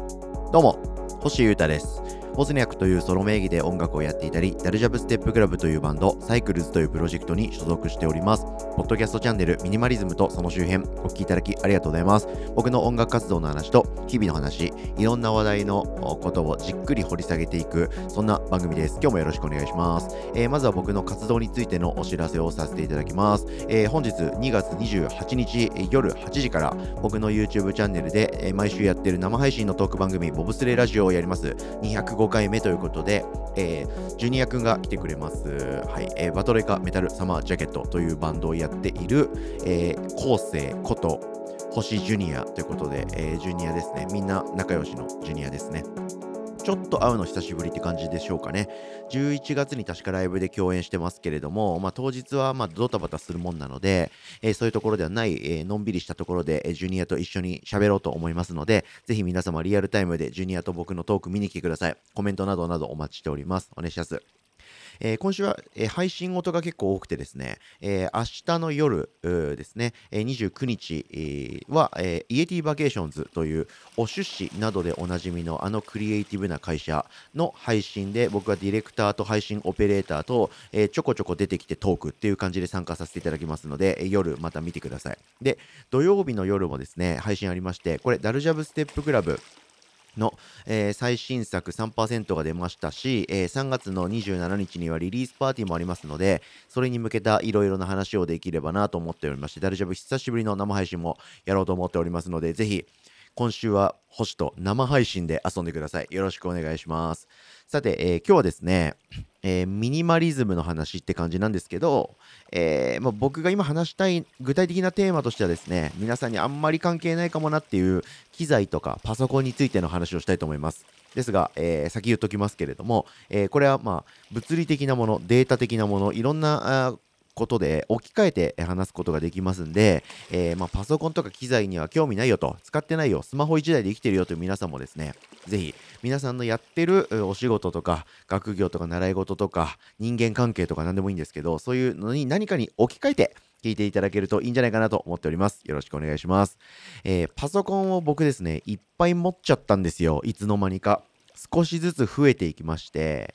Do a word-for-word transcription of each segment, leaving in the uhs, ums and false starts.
どうも、星優太です。ボズニャックというソロ名義で音楽をやっていたり、ダルジャブステップクラブというバンド、サイクルズというプロジェクトに所属しております。ポッドキャストチャンネルミニマリズムとその周辺、お聞きいただきありがとうございます。僕の音楽活動の話と日々の話、いろんな話題のことをじっくり掘り下げていく、そんな番組です。今日もよろしくお願いします。えー、まずは僕の活動についてのお知らせをさせていただきます。えー、本日にがつにじゅうはちにち夜はちじから僕の YouTube チャンネルで、えー、毎週やっている生配信のトーク番組ボブスレーラジオをやります。にひゃくごかいめということで、えー、ジュニアくんが来てくれます。はい、えー、バトレカメタルサマージャケットというバンドをやっている、えー、昴生こと星ジュニアということで、えー、ジュニアですね。みんな仲良しのジュニアですね。ちょっと会うの久しぶりって感じでしょうかね。じゅういちがつに確かライブで共演してますけれども、まあ、当日はまあドタバタするもんなので、えーそういうところではない、えーのんびりしたところで、えージュニアと一緒に喋ろうと思いますので、ぜひ皆様リアルタイムでジュニアと僕のトーク見に来てください。コメントなどなどお待ちしております。お願いします。えー今週は、えー配信音が結構多くてですね、えー明日の夜うーですね、えーにじゅうくにちえーは、えーイエティバケーションズというお出資などでおなじみのあのクリエイティブな会社の配信で、僕はディレクターと配信オペレーターと、えーちょこちょこ出てきてトークっていう感じで参加させていただきますので、えー夜また見てください。で、土曜日の夜もですね、配信ありまして、これダルジャブステップクラブの、えー最新作さんパーセントが出ましたし、えーさんがつのにじゅうしちにちにはリリースパーティーもありますので、それに向けたいろいろな話をできればなと思っておりまして、ダルジャブ久しぶりの生配信もやろうと思っておりますので、ぜひ今週は星と生配信で遊んでください。よろしくお願いします。さて、えー今日はですね、えーミニマリズムの話って感じなんですけど、えーまあ、僕が今話したい具体的なテーマとしてはですね、皆さんにあんまり関係ないかもなっていう機材とかパソコンについての話をしたいと思います。ですが、えー先言っときますけれども、えーこれはまあ物理的なもの、データ的なもの、いろんなあーことで置き換えて話すことができますんで、えーまあ、パソコンとか機材には興味ないよと、使ってないよ、スマホいちだいで生きてるよという皆さんもですね、ぜひ皆さんのやってるうお仕事とか学業とか習い事とか人間関係とか何でもいいんですけど、そういうのに何かに置き換えて聞いていただけるといいんじゃないかなと思っております。よろしくお願いします。えーパソコンを僕ですね、いっぱい持っちゃったんですよ。いつの間にか。少しずつ増えていきまして、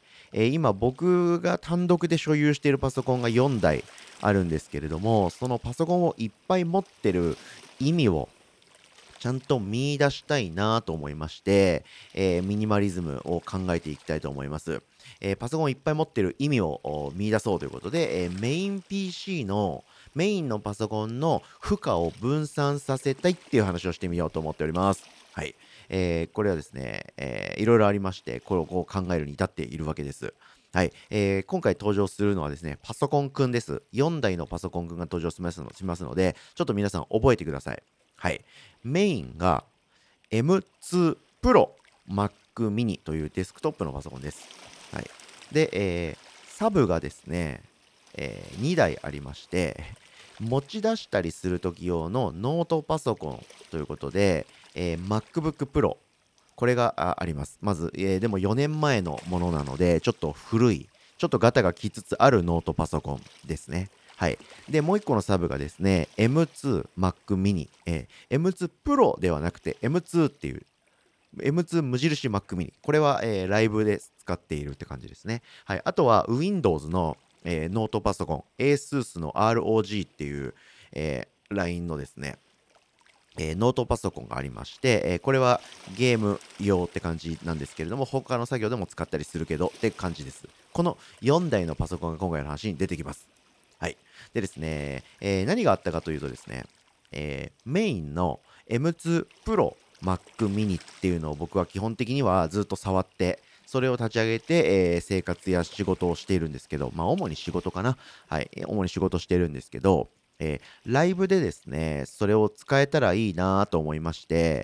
えー今僕が単独で所有しているパソコンがよんだいあるんですけれども、そのパソコンをいっぱい持ってる意味をちゃんと見出したいなと思いまして、えーミニマリズムを考えていきたいと思います。えーパソコンをいっぱい持ってる意味をお見出そうということで、えーメイン ピーシー のメインのパソコンの負荷を分散させたいっていう話をしてみようと思っております。はい。えーこれはですね、えーいろいろありまして、これをこう考えるに至っているわけです。はい、えー今回登場するのはですね、パソコンくんです。よんだいのパソコンくんが登場しますのしますので、ちょっと皆さん覚えてください。はい。メインが エムツー Pro Mac mini というデスクトップのパソコンです。はい。で、えーサブがですね、えーにだいありまして、持ち出したりするとき用のノートパソコンということで、えー MacBook Pro、これがああります。まず、えーでもよねんまえのものなので、ちょっと古い、ちょっとガタがきつつあるノートパソコンですね。はい。で、もう一個のサブがですね、エムツー Mac mini、えー エムツー Pro ではなくて エムツー っていう エムツー 無印 Mac mini。これは、えーライブで使っているって感じですね。はい。あとは Windows の、えーノートパソコン、ASUS の アールオージー っていう、えーラインのですね、えーノートパソコンがありまして、えーこれはゲーム用って感じなんですけれども、他の作業でも使ったりするけどって感じです。このよんだいのパソコンが今回の話に出てきます。はい。でですね、えー何があったかというとですね、えーメインの エムツー Pro Mac mini っていうのを僕は基本的にはずっと触って、それを立ち上げて、えー生活や仕事をしているんですけど、まあ主に仕事かな。はい。主に仕事してるんですけど、えーライブでですね、それを使えたらいいなと思いまして、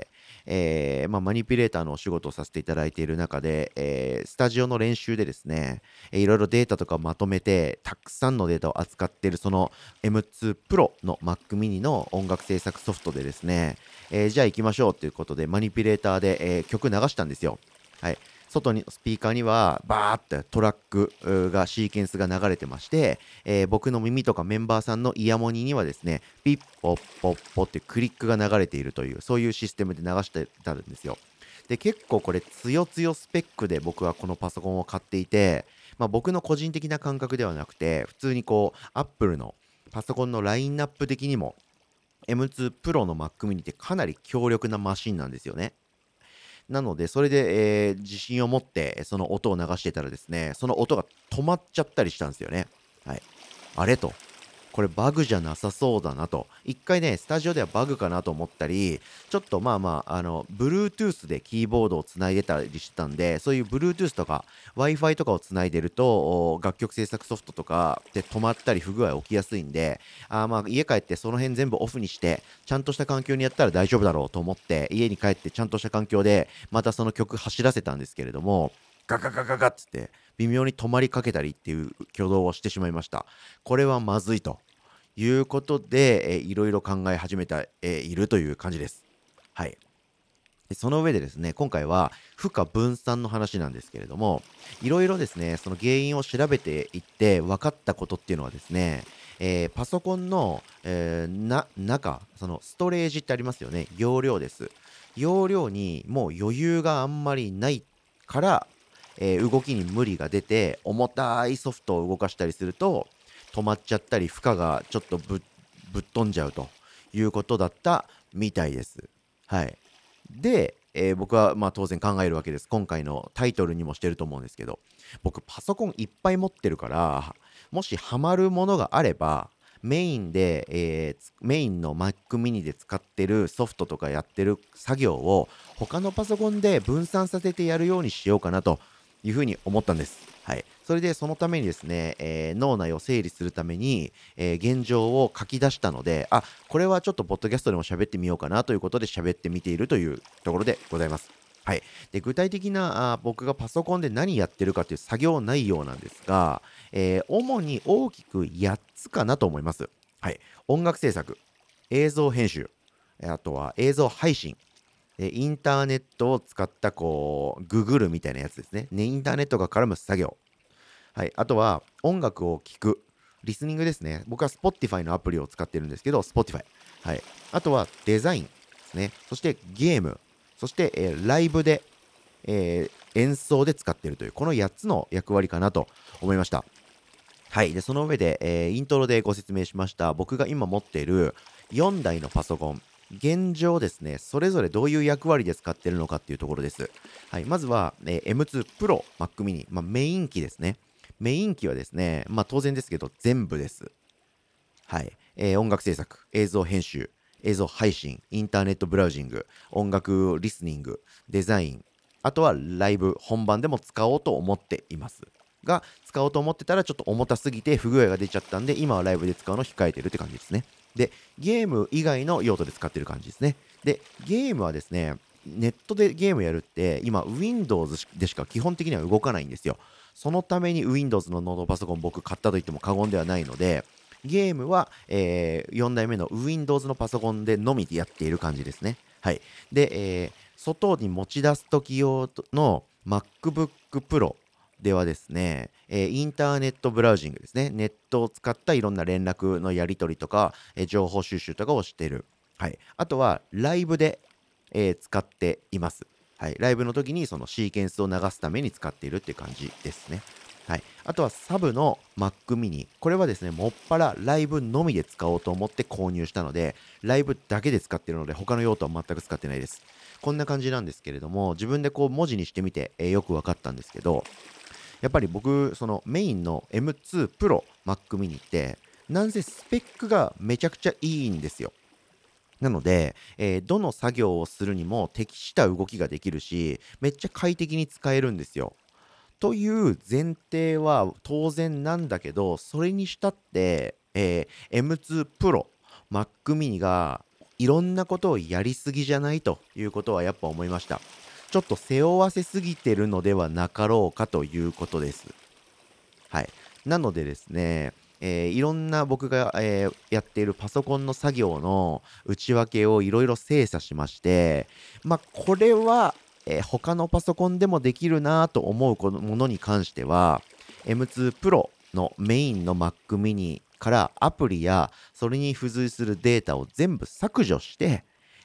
えーまあ、マニピュレーターのお仕事をさせていただいている中で、えースタジオの練習でですね、えーいろいろデータとかまとめて、たくさんのデータを扱っているその エムツー Pro の Mac mini の音楽制作ソフトでですね、えーじゃあ行きましょうということで、マニピュレーターで、えー曲流したんですよ。はい。外にスピーカーにはバーってトラックうーがシーケンスが流れてまして、えー僕の耳とかメンバーさんのイヤモニにはですね、ピッポッポッポってクリックが流れているという、そういうシステムで流してたんですよ。 で、結構これ強強スペックで僕はこのパソコンを買っていて、まあ、僕の個人的な感覚ではなくて、普通にこう Apple のパソコンのラインナップ的にも エムツー Pro の Mac mini ってかなり強力なマシンなんですよね。なので、それで、えー自信を持ってその音を流してたらですね、その音が止まっちゃったりしたんですよね。はい。あれと。これバグじゃなさそうだなと。一回ね、スタジオではバグかなと思ったり、ちょっとまあまあ、あの、Bluetooth でキーボードをつないでたりしてたんで、そういう Bluetooth とか Wi-Fi とかをつないでると、お楽曲制作ソフトとかで止まったり不具合起きやすいんで、あーまあ家帰ってその辺全部オフにして、ちゃんとした環境にやったら大丈夫だろうと思って、家に帰ってちゃんとした環境で、またその曲走らせたんですけれども、ガガガガガッつって微妙に止まりかけたりっていう挙動をしてしまいました。これはまずいと。いうことで、えーいろいろ考え始めて、えーいるという感じです。はい。でその上でですね、今回は負荷分散の話なんですけれども、いろいろですね、その原因を調べていって分かったことっていうのはですね、えーパソコンの、えーな中、そのストレージってありますよね、容量です。容量にもう余裕があんまりないから、えー動きに無理が出て、重たいソフトを動かしたりすると、止まっちゃったり、負荷がちょっとぶっぶっ飛んじゃうということだったみたいです。はい。で、えー僕はまあ当然考えるわけです。今回のタイトルにもしてると思うんですけど、僕パソコンいっぱい持ってるから、もしハマるものがあれば、メインで、えーつメインの Mac mini で使ってるソフトとかやってる作業を他のパソコンで分散させてやるようにしようかなというふうに思ったんです。はい。それでそのためにですね、えー脳内を整理するために、えー現状を書き出したので、あ、これはちょっとポッドキャストでも喋ってみようかなということで喋ってみているというところでございます。はい。で、具体的なあー僕がパソコンで何やってるかという作業内容なんですが、えー主に大きくやっつかなと思います。はい。音楽制作、映像編集、えーあとは映像配信、えーインターネットを使ったこう、ググるみたいなやつですね。ね、インターネットが絡む作業。はい。あとは、音楽を聴く。リスニングですね。僕は Spotify のアプリを使ってるんですけど、Spotify。はい。あとは、デザインですね。そして、ゲーム。そして、えーライブで、えー演奏で使っているという、このやっつの役割かなと思いました。はい。で、その上で、えーイントロでご説明しました、僕が今持っているよんだいのパソコン。現状ですね、それぞれどういう役割で使っているのかっていうところです。はい。まずは、えー エムツー Pro Mac mini、まあ、メイン機ですね。メイン機はですね、まあ当然ですけど全部です。はい。えー音楽制作、映像編集、映像配信、インターネットブラウジング、音楽リスニング、デザイン、あとはライブ、本番でも使おうと思っています。が、使おうと思ってたらちょっと重たすぎて不具合が出ちゃったんで、今はライブで使うのを控えてるって感じですね。で、ゲーム以外の用途で使ってる感じですね。で、ゲームはですね、ネットでゲームやるって今 Windows でしか基本的には動かないんですよ。そのために Windows のノートパソコン僕買ったと言っても過言ではないので、ゲームは、えーよんだいめの Windows のパソコンでのみでやっている感じですね。はい。で、えー外に持ち出す時用の MacBook Pro ではですね、えーインターネットブラウジングですね。ネットを使ったいろんな連絡のやり取りとか、えー情報収集とかをしている。はい。あとは、ライブで、えー使っています。はい。ライブの時にそのシーケンスを流すために使っているっていう感じですね。はい。あとはサブの Mac mini。これはですね、もっぱらライブのみで使おうと思って購入したので、ライブだけで使っているので、他の用途は全く使ってないです。こんな感じなんですけれども、自分でこう文字にしてみて、えーよく分かったんですけど、やっぱり僕、そのメインの エムツー Pro Mac mini って、なんせスペックがめちゃくちゃいいんですよ。なので、えーどの作業をするにも適した動きができるし、めっちゃ快適に使えるんですよ。という前提は当然なんだけど、それにしたって、えー エムツー Pro Mac mini がいろんなことをやりすぎじゃないということはやっぱ思いました。ちょっと背負わせすぎてるのではなかろうかということです。はい。なのでですね、えーいろんな僕が、えーやっているパソコンの作業の内訳をいろいろ精査しまして、まあ、これは、えー他のパソコンでもできるなと思うこのものに関しては、エムツー Pro のメインの Mac mini からアプリやそれに付随するデータを全部削除して、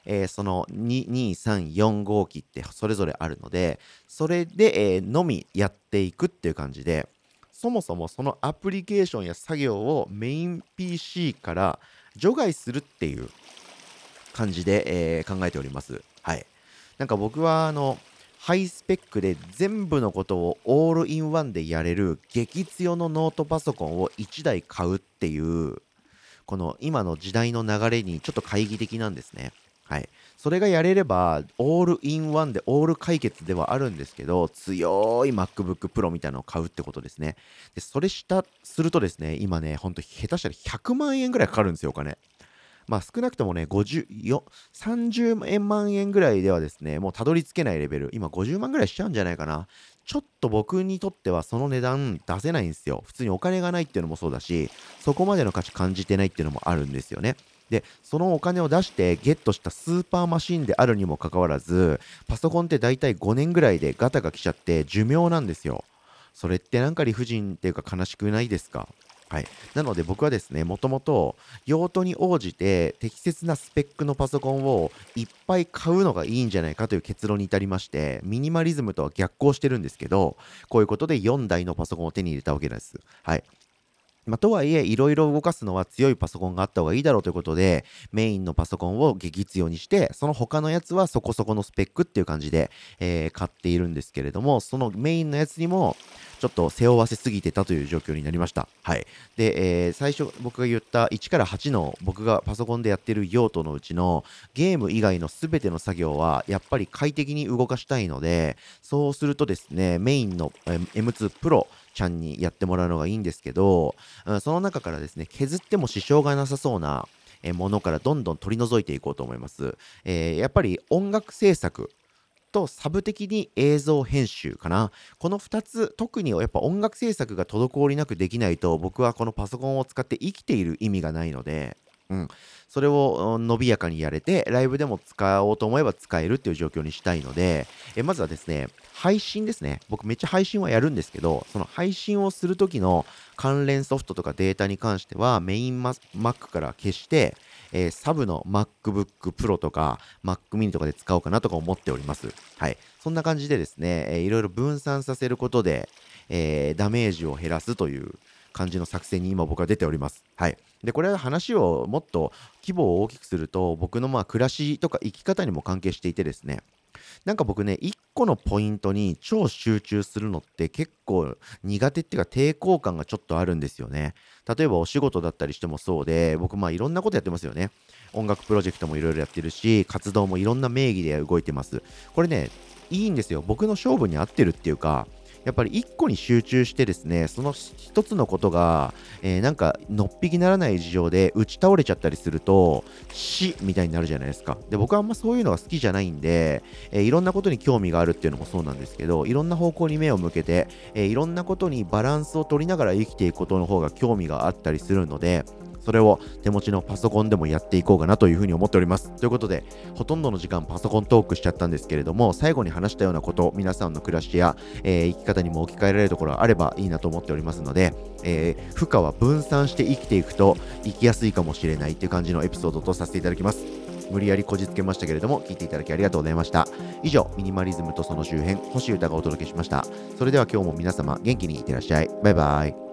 えーそのに、に、さん、よん号機ってそれぞれあるので、それで、えーのみやっていくっていう感じで、そもそもそのアプリケーションや作業をメイン ピーシー から除外するっていう感じで、えー考えております。はい。なんか僕はあのハイスペックで全部のことをオールインワンでやれる激強のノートパソコンをいちだい買うっていうこの今の時代の流れにちょっと懐疑的なんですね。はい。それがやれれば、オールインワンでオール解決ではあるんですけど、強い MacBook Pro みたいなのを買うってことですね。で、それした、するとですね、今ね、ほんと下手したらひゃくまん円ぐらいかかるんですよ、お金。まあ少なくともね、ごじゅうよさんじゅうまん円ぐらいではですね、もうたどり着けないレベル、今ごじゅうまんぐらいしちゃうんじゃないかな。ちょっと僕にとってはその値段出せないんですよ。普通にお金がないっていうのもそうだし、そこまでの価値感じてないっていうのもあるんですよね。で、そのお金を出してゲットしたスーパーマシンであるにもかかわらず、パソコンってだいたいごねんぐらいでガタが来ちゃって寿命なんですよ。それってなんか理不尽っていうか悲しくないですか？はい。なので僕はですね、もともと用途に応じて適切なスペックのパソコンをいっぱい買うのがいいんじゃないかという結論に至りまして、ミニマリズムとは逆行してるんですけど、こういうことでよんだいのパソコンを手に入れたわけです。はい。まあ、とはいえ、いろいろ動かすのは強いパソコンがあった方がいいだろうということで、メインのパソコンを激強にして、その他のやつはそこそこのスペックっていう感じで、えー買っているんですけれども、そのメインのやつにも、ちょっと背負わせすぎてたという状況になりました。はい。で、えー最初僕が言ったいちからはちの僕がパソコンでやってる用途のうちのゲーム以外のすべての作業はやっぱり快適に動かしたいので、そうするとですね、メインのえー エムツー Pro ちゃんにやってもらうのがいいんですけど、うん、その中からですね、削っても支障がなさそうなえーものからどんどん取り除いていこうと思います。えーやっぱり音楽制作とサブ的に映像編集かな。このふたつ、特にやっぱ音楽制作が滞りなくできないと、僕はこのパソコンを使って生きている意味がないので、うん。それをうん伸びやかにやれて、ライブでも使おうと思えば使えるっていう状況にしたいので、えまずはですね、配信ですね。僕めっちゃ配信はやるんですけど、その配信をする時の関連ソフトとかデータに関しては、メインマ Mac から消して、えーサブの MacBook Pro とか Mac mini とかで使おうかなとか思っております。はい。そんな感じでですね、えーいろいろ分散させることで、えーダメージを減らすという感じの作戦に今僕は出ております。はい。で、これは話をもっと規模を大きくすると、僕のまあ暮らしとか生き方にも関係していてですね、なんか僕ね、いっこのポイントに超集中するのって結構苦手っていうか抵抗感がちょっとあるんですよね。例えばお仕事だったりしてもそうで、僕まあいろんなことやってますよね。音楽プロジェクトもいろいろやってるし、活動もいろんな名義で動いてます。これね、いいんですよ。僕の勝負に合ってるっていうか、やっぱりいっこに集中してですね、その一つのことが、えーなんかのっぴきならない事情で打ち倒れちゃったりすると、死みたいになるじゃないですか。で、僕はあんまそういうのが好きじゃないんで、えーいろんなことに興味があるっていうのもそうなんですけど、いろんな方向に目を向けて、えーいろんなことにバランスを取りながら生きていくことの方が興味があったりするので、それを手持ちのパソコンでもやっていこうかなというふうに思っております。ということで、ほとんどの時間パソコントークしちゃったんですけれども、最後に話したようなこと、皆さんの暮らしや、えー生き方にも置き換えられるところがあればいいなと思っておりますので、えー負荷は分散して生きていくと生きやすいかもしれないっていう感じのエピソードとさせていただきます。無理やりこじつけましたけれども、聞いていただきありがとうございました。以上、ミニマリズムとその周辺、星歌がお届けしました。それでは今日も皆様元気にいってらっしゃい。バイバイ。